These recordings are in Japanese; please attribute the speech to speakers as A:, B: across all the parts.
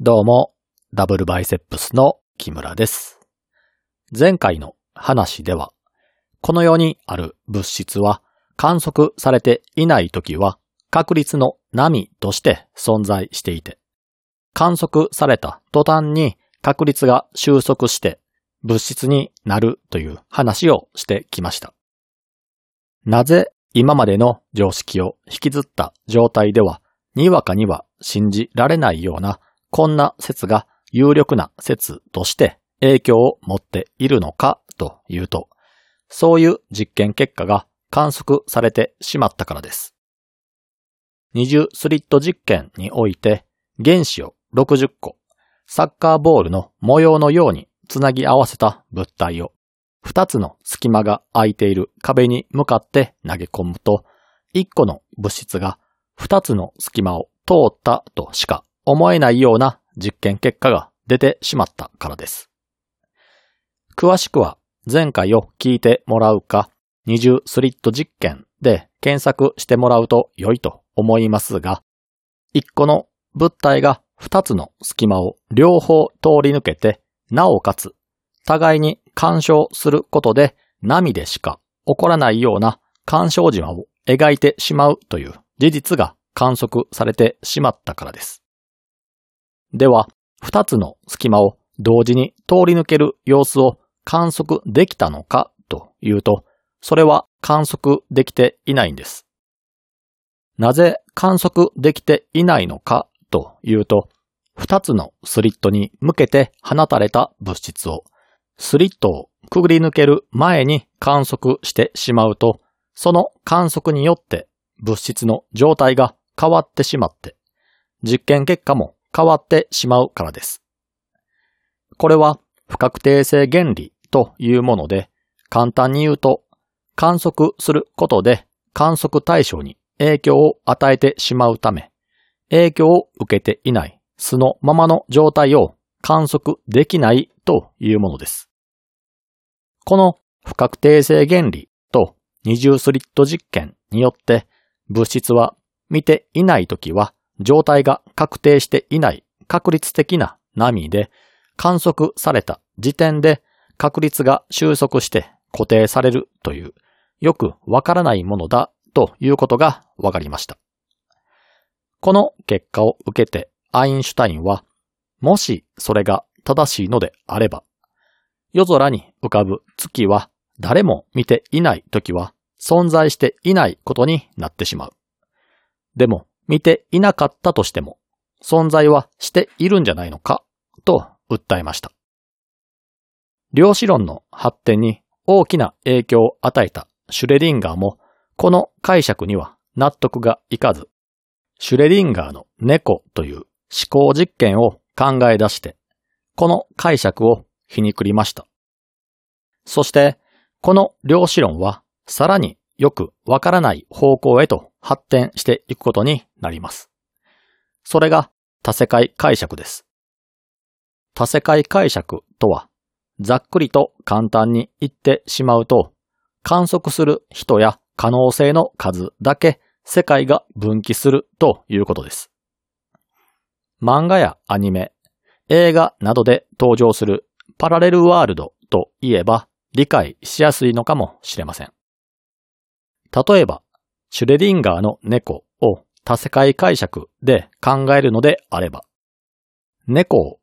A: どうも、ダブルバイセップスの木村です。前回の話では、この世にある物質は観測されていないときは確率の波として存在していて、観測された途端に確率が収束して物質になるという話をしてきました。なぜ今までの常識を引きずった状態では、にわかには信じられないようなこんな説が有力な説として影響を持っているのかというと、そういう実験結果が観測されてしまったからです。二重スリット実験において原子を60個、サッカーボールの模様のようにつなぎ合わせた物体を2つの隙間が空いている壁に向かって投げ込むと、1個の物質が2つの隙間を通ったとしか思えないような実験結果が出てしまったからです。詳しくは前回を聞いてもらうか、二重スリット実験で検索してもらうと良いと思いますが、1個の物体が2つの隙間を両方通り抜けて、なおかつ互いに干渉することで波でしか起こらないような干渉島を描いてしまうという事実が観測されてしまったからです。では、2つの隙間を同時に通り抜ける様子を観測できたのかというと、それは観測できていないんです。なぜ観測できていないのかというと、2つのスリットに向けて放たれた物質をスリットをくぐり抜ける前に観測してしまうと、その観測によって物質の状態が変わってしまって、実験結果も変わってしまうからです。これは不確定性原理というもので、簡単に言うと、観測することで観測対象に影響を与えてしまうため、影響を受けていない素のままの状態を観測できないというものです。この不確定性原理と二重スリット実験によって物質は見ていないときは状態が確定していない確率的な波で、観測された時点で確率が収束して固定されるというよくわからないものだということがわかりました。この結果を受けてアインシュタインは、もしそれが正しいのであれば、夜空に浮かぶ月は誰も見ていないときは存在していないことになってしまう。でも見ていなかったとしても存在はしているんじゃないのかと訴えました。量子論の発展に大きな影響を与えたシュレディンガーもこの解釈には納得がいかず、シュレディンガーの猫という思考実験を考え出して、この解釈を皮肉りました。そして、この量子論はさらによくわからない方向へと発展していくことになります。それが多世界解釈です。多世界解釈とは、ざっくりと簡単に言ってしまうと、観測する人や可能性の数だけ世界が分岐するということです。漫画やアニメ、映画などで登場するパラレルワールドといえば理解しやすいのかもしれません。例えば、シュレディンガーの猫を多世界解釈で考えるのであれば、猫を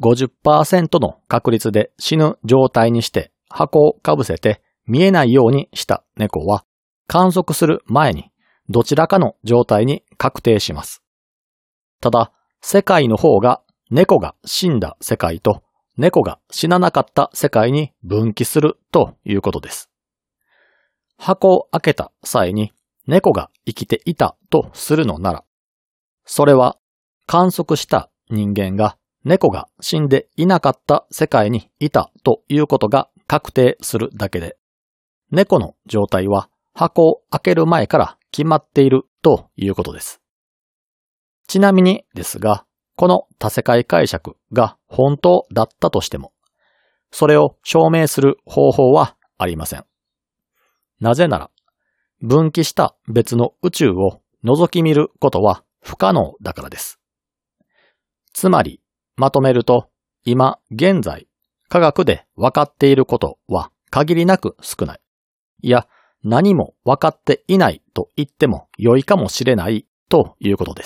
A: 50% の確率で死ぬ状態にして箱をかぶせて見えないようにした猫は観測する前にどちらかの状態に確定します。ただ、世界の方が猫が死んだ世界と猫が死ななかった世界に分岐するということです。箱を開けた際に猫が生きていたとするのなら、それは観測した人間が猫が死んでいなかった世界にいたということが確定するだけで、猫の状態は箱を開ける前から決まっているということです。ちなみにですが、この多世界解釈が本当だったとしても、それを証明する方法はありません。なぜなら、分岐した別の宇宙を覗き見ることは不可能だからです。つまり、 まとめると、今現在、科学で分かっていることは限りなく少ない。いや、何も分かっていないと言っても良いかもしれないということです。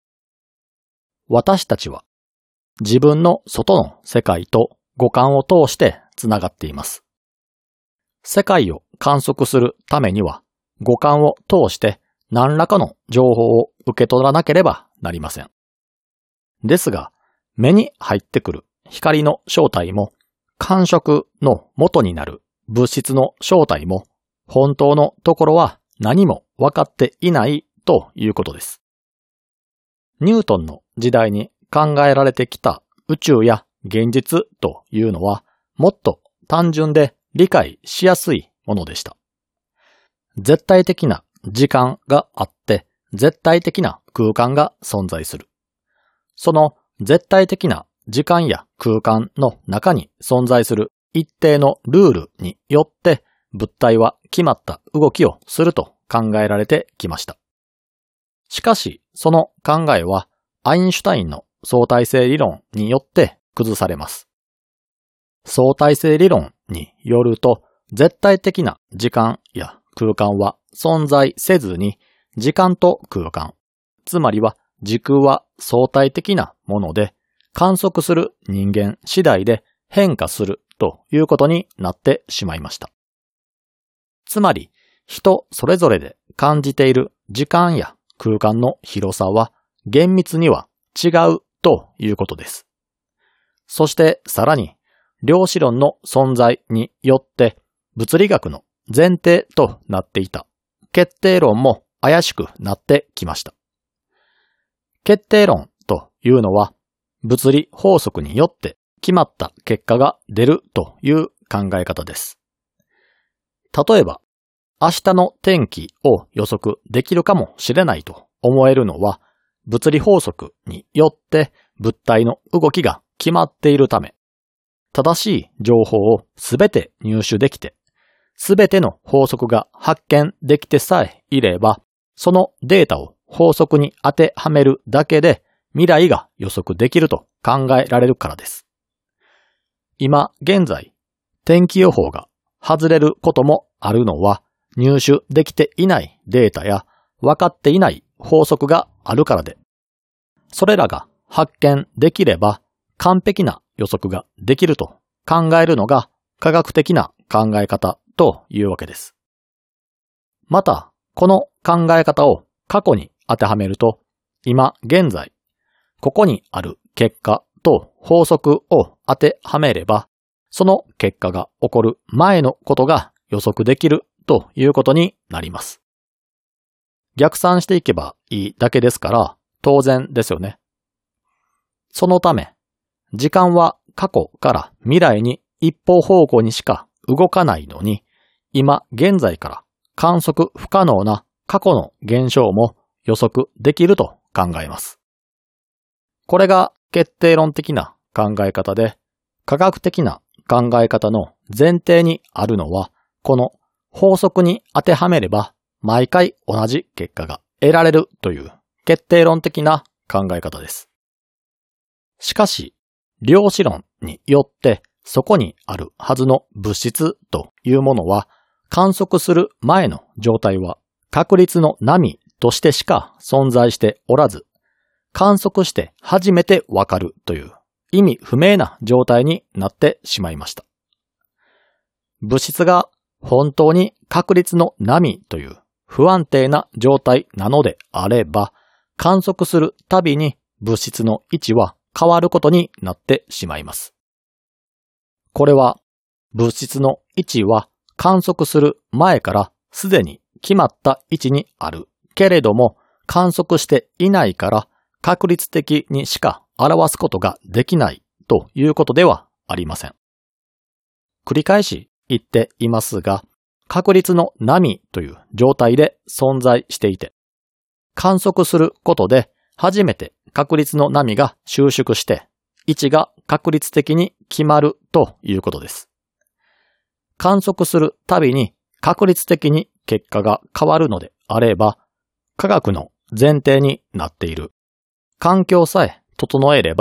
A: 私たちは自分の外の世界と五感を通してつながっています。世界を観測するためには五感を通して何らかの情報を受け取らなければなりません。ですが、目に入ってくる光の正体も感触の元になる物質の正体も本当のところは何も分かっていないということです。ニュートンの時代に考えられてきた宇宙や現実というのはもっと単純で理解しやすいものでした。絶対的な時間があって絶対的な空間が存在する。その絶対的な時間や空間の中に存在する一定のルールによって物体は決まった動きをすると考えられてきました。しかし、その考えはアインシュタインの相対性理論によって崩されます。相対性理論によると、絶対的な時間や空間は存在せずに、時間と空間、つまりは時空は相対的なもので、観測する人間次第で変化するということになってしまいました。つまり、人それぞれで感じている時間や空間の広さは厳密には違うということです。そしてさらに、量子論の存在によって物理学の前提となっていた決定論も怪しくなってきました。決定論というのは物理法則によって決まった結果が出るという考え方です。例えば、明日の天気を予測できるかもしれないと思えるのは、物理法則によって物体の動きが決まっているため、正しい情報をすべて入手できて、すべての法則が発見できてさえいれば、そのデータを法則に当てはめるだけで未来が予測できると考えられるからです。今現在、天気予報が外れることもあるのは入手できていないデータや分かっていない法則があるからで、それらが発見できれば完璧な予測ができると考えるのが科学的な考え方というわけです。また、この考え方を過去に当てはめると、今現在、ここにある結果と法則を当てはめれば、その結果が起こる前のことが予測できるということになります。逆算していけばいいだけですから当然ですよね。そのため、時間は過去から未来に一方方向にしか動かないのに、今現在から観測不可能な過去の現象も予測できると考えます。これが決定論的な考え方で、科学的な考え方の前提にあるのは、この法則に当てはめれば毎回同じ結果が得られるという決定論的な考え方です。しかし、量子論によってそこにあるはずの物質というものは観測する前の状態は確率の波としてしか存在しておらず、観測して初めてわかるという意味不明な状態になってしまいました。物質が本当に確率の波という不安定な状態なのであれば、観測するたびに物質の位置は変わることになってしまいます。これは物質の位置は観測する前からすでに決まった位置にあるけれども観測していないから確率的にしか表すことができないということではありません。繰り返し言っていますが、確率の波という状態で存在していて、観測することで初めて確率の波が収縮して位置が確率的に決まるということです。観測するたびに確率的に結果が変わるのであれば、科学の前提になっている環境さえ整えれば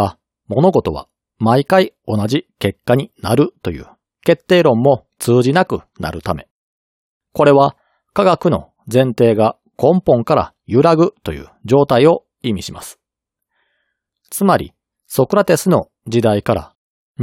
A: 物事は毎回同じ結果になるという決定論も通じなくなるため、これは科学の前提が根本から揺らぐという状態を意味します。つまり、ソクラテスの時代から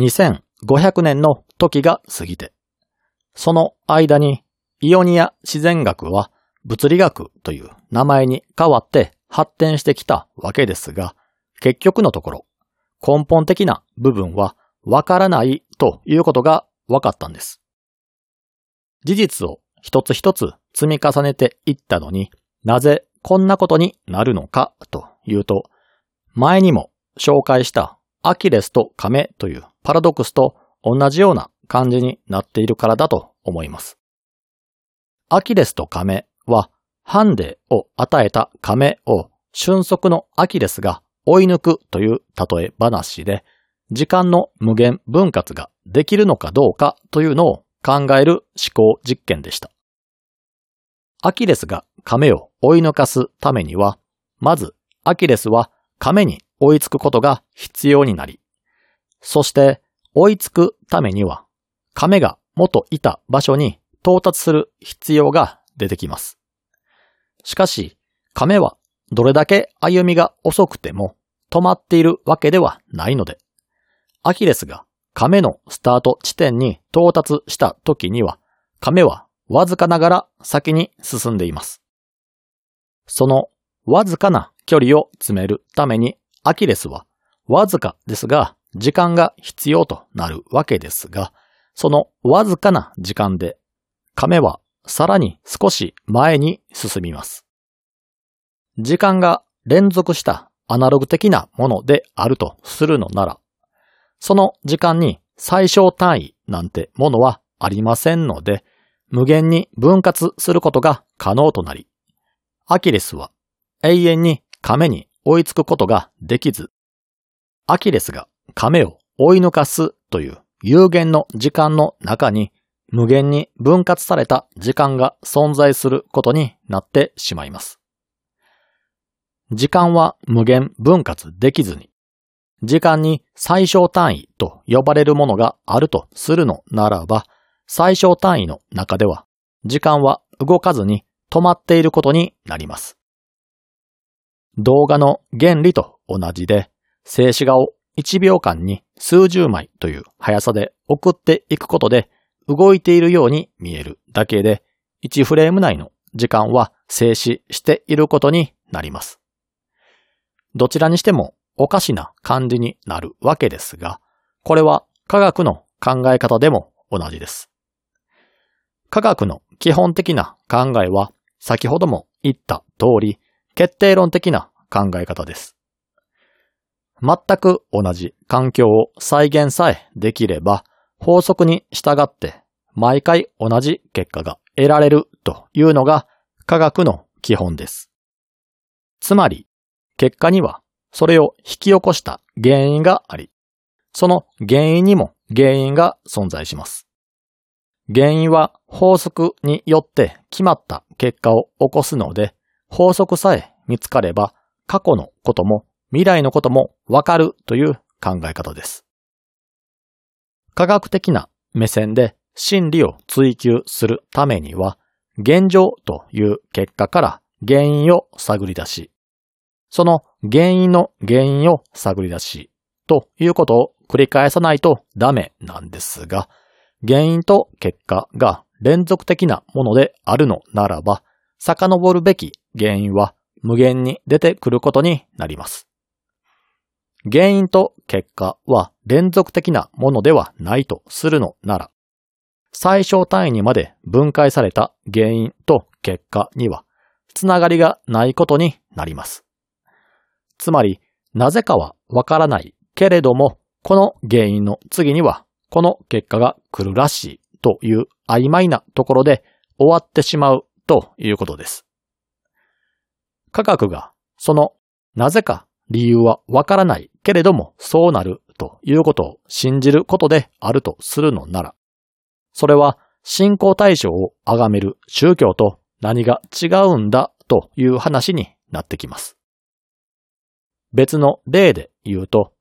A: 2500年の時が過ぎて、その間にイオニア自然学は物理学という名前に変わって発展してきたわけですが、結局のところ根本的な部分はわからないということが分かったんです。事実を一つ一つ積み重ねていったのになぜこんなことになるのかというと、前にも紹介したアキレスとカメというパラドックスと同じような感じになっているからだと思います。アキレスとカメはハンデを与えたカメを俊足のアキレスが追い抜くという例え話で、時間の無限分割ができるのかどうかというのを考える思考実験でした。アキレスがカメを追い抜かすためには、まずアキレスはカメに追いつくことが必要になり、そして追いつくためにはカメが元いた場所に到達する必要が出てきます。しかし、カメはどれだけ歩みが遅くても止まっているわけではないので、アキレスがカメのスタート地点に到達した時には、カメはわずかながら先に進んでいます。そのわずかな距離を詰めるためにアキレスはわずかですが時間が必要となるわけですが、そのわずかな時間でカメはさらに少し前に進みます。時間が連続したアナログ的なものであるとするのなら、その時間に最小単位なんてものはありませんので、無限に分割することが可能となり、アキレスは永遠にカメに追いつくことができず、アキレスがカメを追い抜かすという有限の時間の中に無限に分割された時間が存在することになってしまいます。時間は無限分割できずに、時間に最小単位と呼ばれるものがあるとするのならば、最小単位の中では時間は動かずに止まっていることになります。動画の原理と同じで、静止画を1秒間に数十枚という速さで送っていくことで動いているように見えるだけで、1フレーム内の時間は静止していることになります。どちらにしてもおかしな感じになるわけですが、これは科学の考え方でも同じです。科学の基本的な考えは先ほども言った通り決定論的な考え方です。全く同じ環境を再現さえできれば法則に従って毎回同じ結果が得られるというのが科学の基本です。つまり結果にはそれを引き起こした原因があり、その原因にも原因が存在します。原因は法則によって決まった結果を起こすので、法則さえ見つかれば過去のことも未来のこともわかるという考え方です。科学的な目線で真理を追求するためには、現状という結果から原因を探り出し、その原因の原因を探り出し、ということを繰り返さないとダメなんですが、原因と結果が連続的なものであるのならば、遡るべき原因は無限に出てくることになります。原因と結果は連続的なものではないとするのなら、最小単位にまで分解された原因と結果にはつながりがないことになります。つまり、なぜかはわからないけれども、この原因の次にはこの結果が来るらしいという曖昧なところで終わってしまうということです。科学がそのなぜか理由はわからないけれどもそうなるということを信じることであるとするのなら、それは信仰対象を崇める宗教と何が違うんだという話になってきます。別の例で言うと、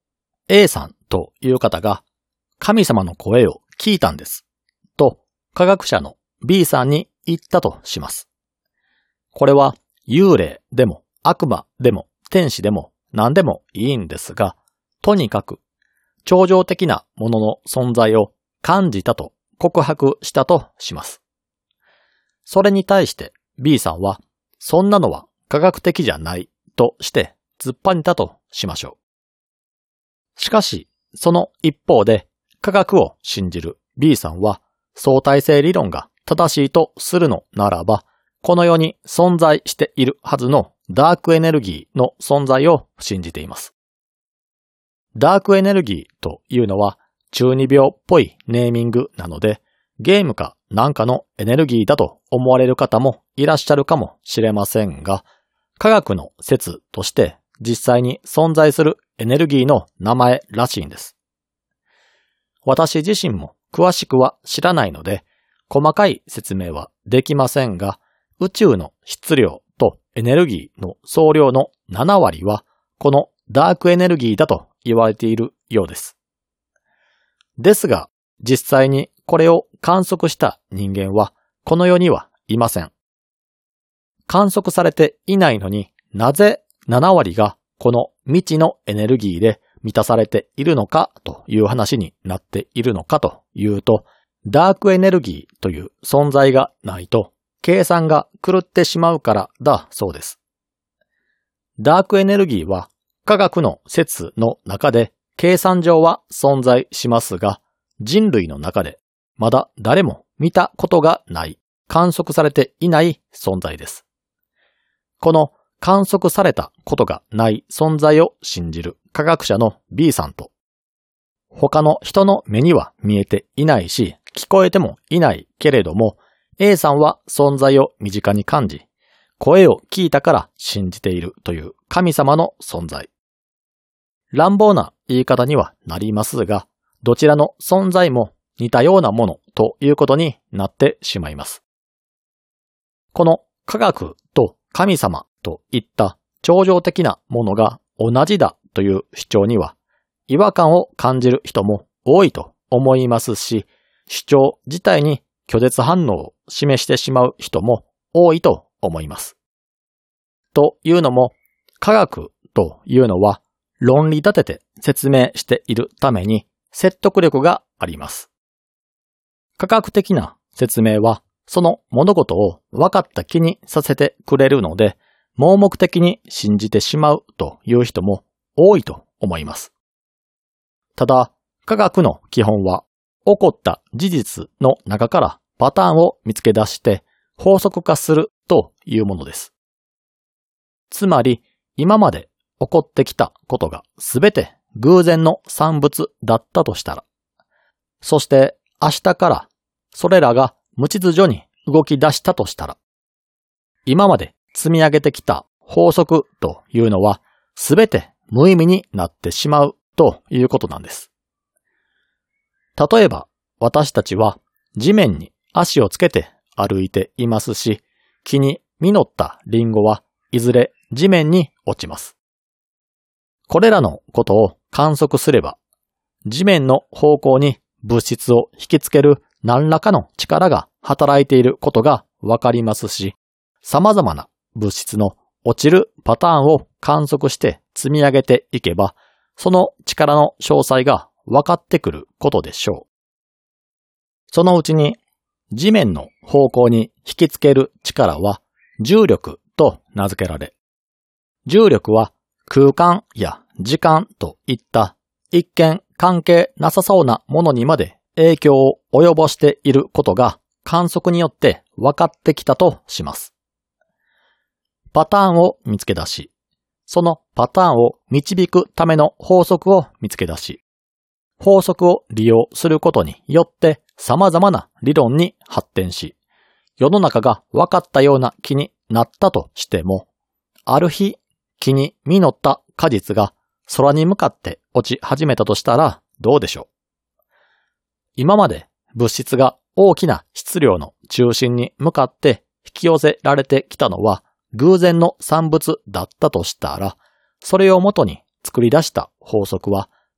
A: A さんという方が神様の声を聞いたんです。と科学者の B さんに言ったとします。これは幽霊でも悪魔でも天使でも何でもいいんですが、とにかく超常的なものの存在を感じたと告白したとします。それに対して B さんは、そんなのは科学的じゃないとして突っぱねたとしましょう。しかし、その一方で科学を信じる B さんは相対性理論が正しいとするのならば、この世に存在しているはずのダークエネルギーの存在を信じています。ダークエネルギーというのは中二病っぽいネーミングなので、ゲームかなんかのエネルギーだと思われる方もいらっしゃるかもしれませんが、科学の説として実際に存在するエネルギーの名前らしいんです。私自身も詳しくは知らないので、細かい説明はできませんが、宇宙の質量とエネルギーの総量の7割はこのダークエネルギーだと言われているようです。ですが、実際にこれを観測した人間はこの世にはいません。観測されていないのになぜ7割がこの未知のエネルギーで満たされているのかという話になっているのかというと、ダークエネルギーという存在がないと計算が狂ってしまうからだそうです。ダークエネルギーは科学の説の中で計算上は存在しますが、人類の中でまだ誰も見たことがない、観測されていない存在です。この観測されたことがない存在を信じる科学者の B さんと、他の人の目には見えていないし、聞こえてもいないけれども、A さんは存在を身近に感じ、声を聞いたから信じているという神様の存在。乱暴な言い方にはなりますが、どちらの存在も似たようなものということになってしまいます。この科学と神様といった超常的なものが同じだという主張には違和感を感じる人も多いと思いますし、主張自体に拒絶反応を示してしまう人も多いと思います。というのも、科学というのは論理立てて説明しているために説得力があります。科学的な説明はその物事を分かった気にさせてくれるので、盲目的に信じてしまうという人も多いと思います。ただ、科学の基本は起こった事実の中からパターンを見つけ出して法則化するというものです。つまり、今まで起こってきたことがすべて偶然の産物だったとしたら、そして明日からそれらが無秩序に動き出したとしたら、今まで積み上げてきた法則というのはすべて無意味になってしまうということなんです。例えば私たちは地面に足をつけて歩いていますし、木に実ったリンゴはいずれ地面に落ちます。これらのことを観測すれば、地面の方向に物質を引きつける何らかの力が働いていることがわかりますし、様々な物質の落ちるパターンを観測して積み上げていけば、その力の詳細が分かってくることでしょう。そのうちに地面の方向に引きつける力は重力と名付けられ、重力は空間や時間といった一見関係なさそうなものにまで影響を及ぼしていることが観測によって分かってきたとします。パターンを見つけ出し、そのパターンを導くための法則を見つけ出し、法則を利用することによって様々な理論に発展し、世の中が分かったような気になったとしても、ある日木に実った果実が空に向かって落ち始めたとしたらどうでしょう。今まで物質が大きな質量の中心に向かって引き寄せられてきたのは偶然の産物だったとしたら、それをもとに作り出した法則は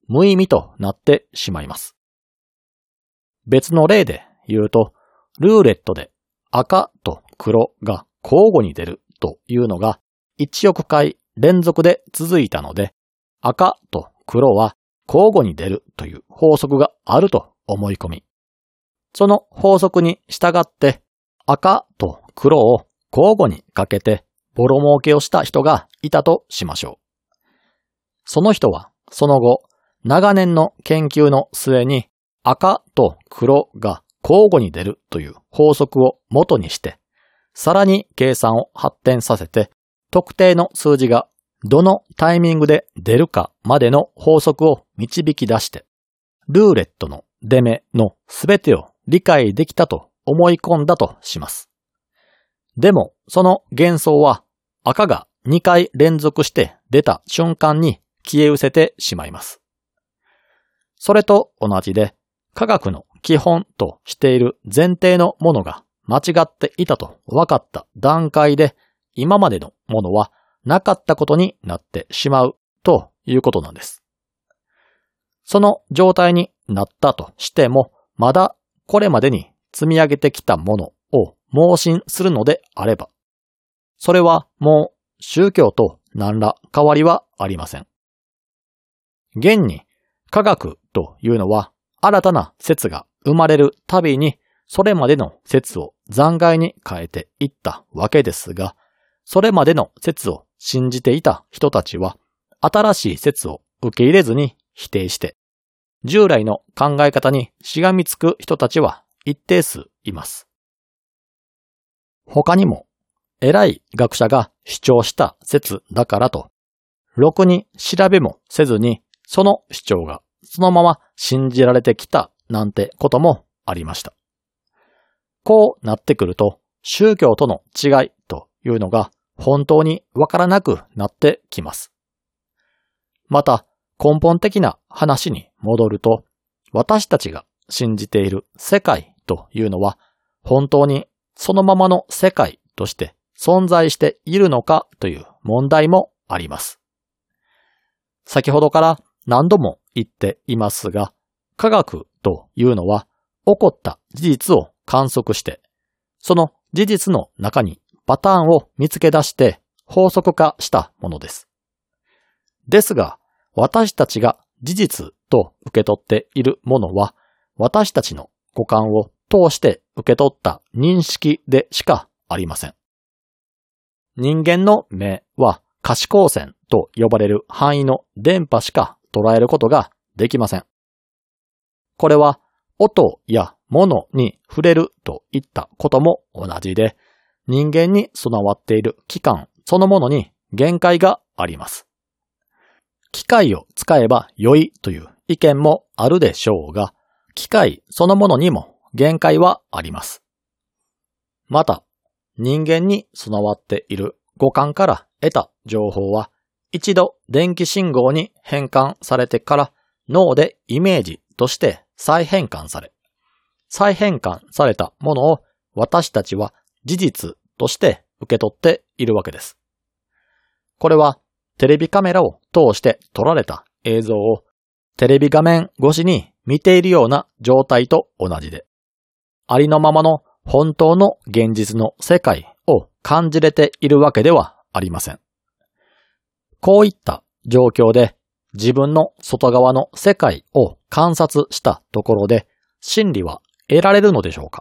A: 無意味となってしまいます。別の例で言うと、ルーレットで赤と黒が交互に出るというのが1億回連続で続いたので、赤と黒は交互に出るという法則があると思い込み、その法則に従って赤と黒を交互にかけてボロ儲けをした人がいたとしましょう。その人はその後、長年の研究の末に赤と黒が交互に出るという法則を元にして、さらに計算を発展させて、特定の数字がどのタイミングで出るかまでの法則を導き出して、ルーレットの出目のすべてを理解できたと思い込んだとします。でも、その幻想は赤が2回連続して出た瞬間に消え失せてしまいます。それと同じで、科学の基本としている前提のものが間違っていたと分かった段階で、今までのものはなかったことになってしまうということなんです。その状態になったとしても、まだこれまでに積み上げてきたものを盲信するのであれば、それはもう宗教と何ら変わりはありません。現に科学というのは新たな説が生まれるたびにそれまでの説を残骸に変えていったわけですが、それまでの説を信じていた人たちは新しい説を受け入れずに否定して、従来の考え方にしがみつく人たちは一定数います。他にも、偉い学者が主張した説だからと、ろくに調べもせずにその主張がそのまま信じられてきたなんてこともありました。こうなってくると、宗教との違いというのが本当にわからなくなってきます。また、根本的な話に戻ると、私たちが信じている世界というのは、本当にそのままの世界として存在しているのかという問題もあります。先ほどから何度も言っていますが、科学というのは起こった事実を観測して、その事実の中にパターンを見つけ出して法則化したものです。ですが、私たちが事実と受け取っているものは、私たちの五感を通して受け取った認識でしかありません。人間の目は可視光線と呼ばれる範囲の電波しか捉えることができません。これは音や物に触れるといったことも同じで、人間に備わっている器官そのものに限界があります。機械を使えば良いという意見もあるでしょうが、機械そのものにも限界はあります。また、人間に備わっている五感から得た情報は、一度電気信号に変換されてから脳でイメージとして再変換され、再変換されたものを私たちは事実として受け取っているわけです。これはテレビカメラを通して撮られた映像をテレビ画面越しに見ているような状態と同じで、ありのままの本当の現実の世界を感じれているわけではありません。こういった状況で自分の外側の世界を観察したところで真理は得られるのでしょうか？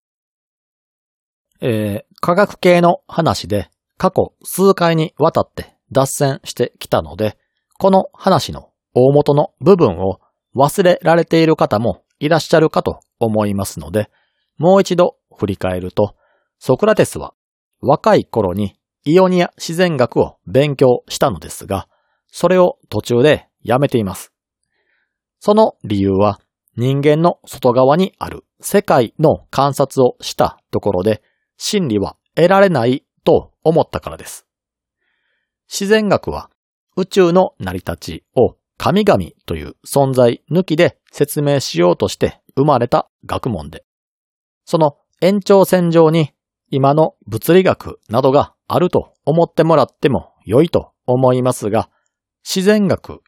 A: 科学系の話で過去数回にわたって脱線してきたので、この話の大元の部分を忘れられている方もいらっしゃるかと思いますので、もう一度振り返ると、ソクラテスは若い頃にイオニア自然学を勉強したのですが、それを途中でやめています。その理由は人間の外側にある世界の観察をしたところで真理は得られないと思ったからです。自然学は宇宙の成り立ちを神々という存在抜きで説明しようとして生まれた学問で、その延長線上に今の物理学などがあると思ってもらっても良いと思いますが、自然学や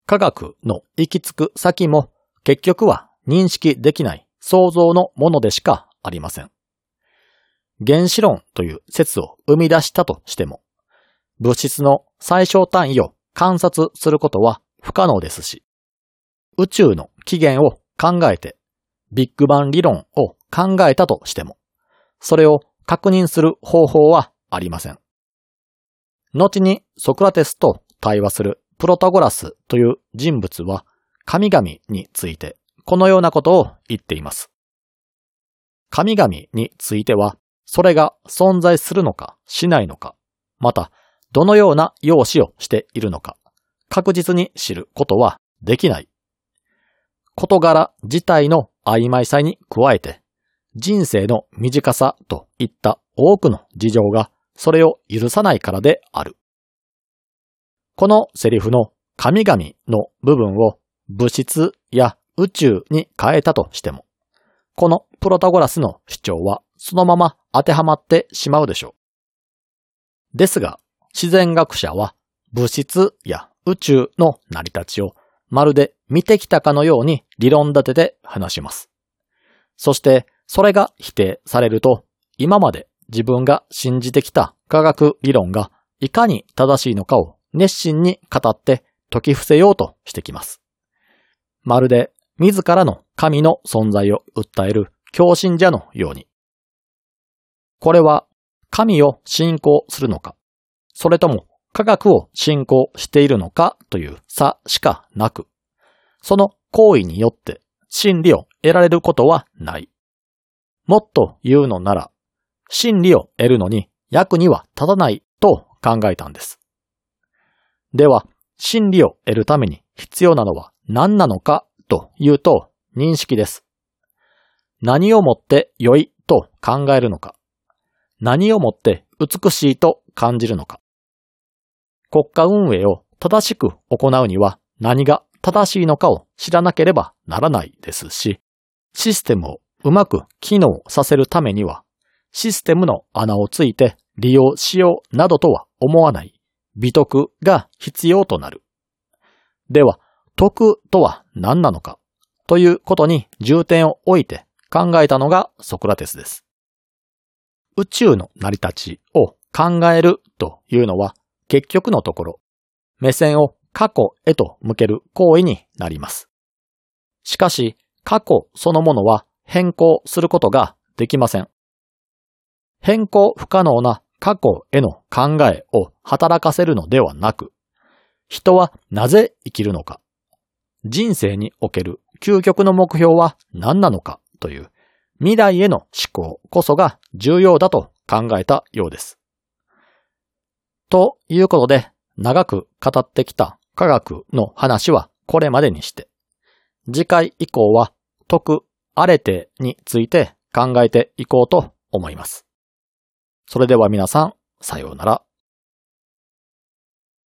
A: 科学の行き着く先も結局は認識できない想像のものでしかありません。原子論という説を生み出したとしても、物質の最小単位を観察することは不可能ですし、宇宙の起源を考えてビッグバン理論を考えたとしても、それを確認する方法はありません。後にソクラテスと対話するプロタゴラスという人物は神々についてこのようなことを言っています。神々についてはそれが存在するのかしないのか、またどのような容姿をしているのか確実に知ることはできない。事柄自体の曖昧さに加えて人生の短さといった多くの事情がそれを許さないからである。このセリフの神々の部分を物質や宇宙に変えたとしても、このプロタゴラスの主張はそのまま当てはまってしまうでしょう。ですが、自然学者は物質や宇宙の成り立ちをまるで見てきたかのように理論立てて話します。そしてそれが否定されると、今まで自分が信じてきた科学理論がいかに正しいのかを熱心に語って解き伏せようとしてきます。まるで自らの神の存在を訴える狂信者のように。これは神を信仰するのか、それとも科学を信仰しているのかという差しかなく、その行為によって真理を得られることはない。もっと言うのなら、真理を得るのに役には立たないと考えたんです。では、真理を得るために必要なのは何なのかというと、認識です。何をもって良いと考えるのか、何をもって美しいと感じるのか。国家運営を正しく行うには何が正しいのかを知らなければならないですし、システムをうまく機能させるためには、システムの穴をついて利用しようなどとは思わない美徳が必要となる。では、徳とは何なのかということに重点を置いて考えたのがソクラテスです。宇宙の成り立ちを考えるというのは結局のところ、目線を過去へと向ける行為になります。しかし、過去そのものは変更することができません。変更不可能な過去への考えを働かせるのではなく、人はなぜ生きるのか、人生における究極の目標は何なのかという未来への思考こそが重要だと考えたようです。ということで、長く語ってきた科学の話はこれまでにして、次回以降は徳アレテについて考えていこうと思います。それでは皆さん、さようなら。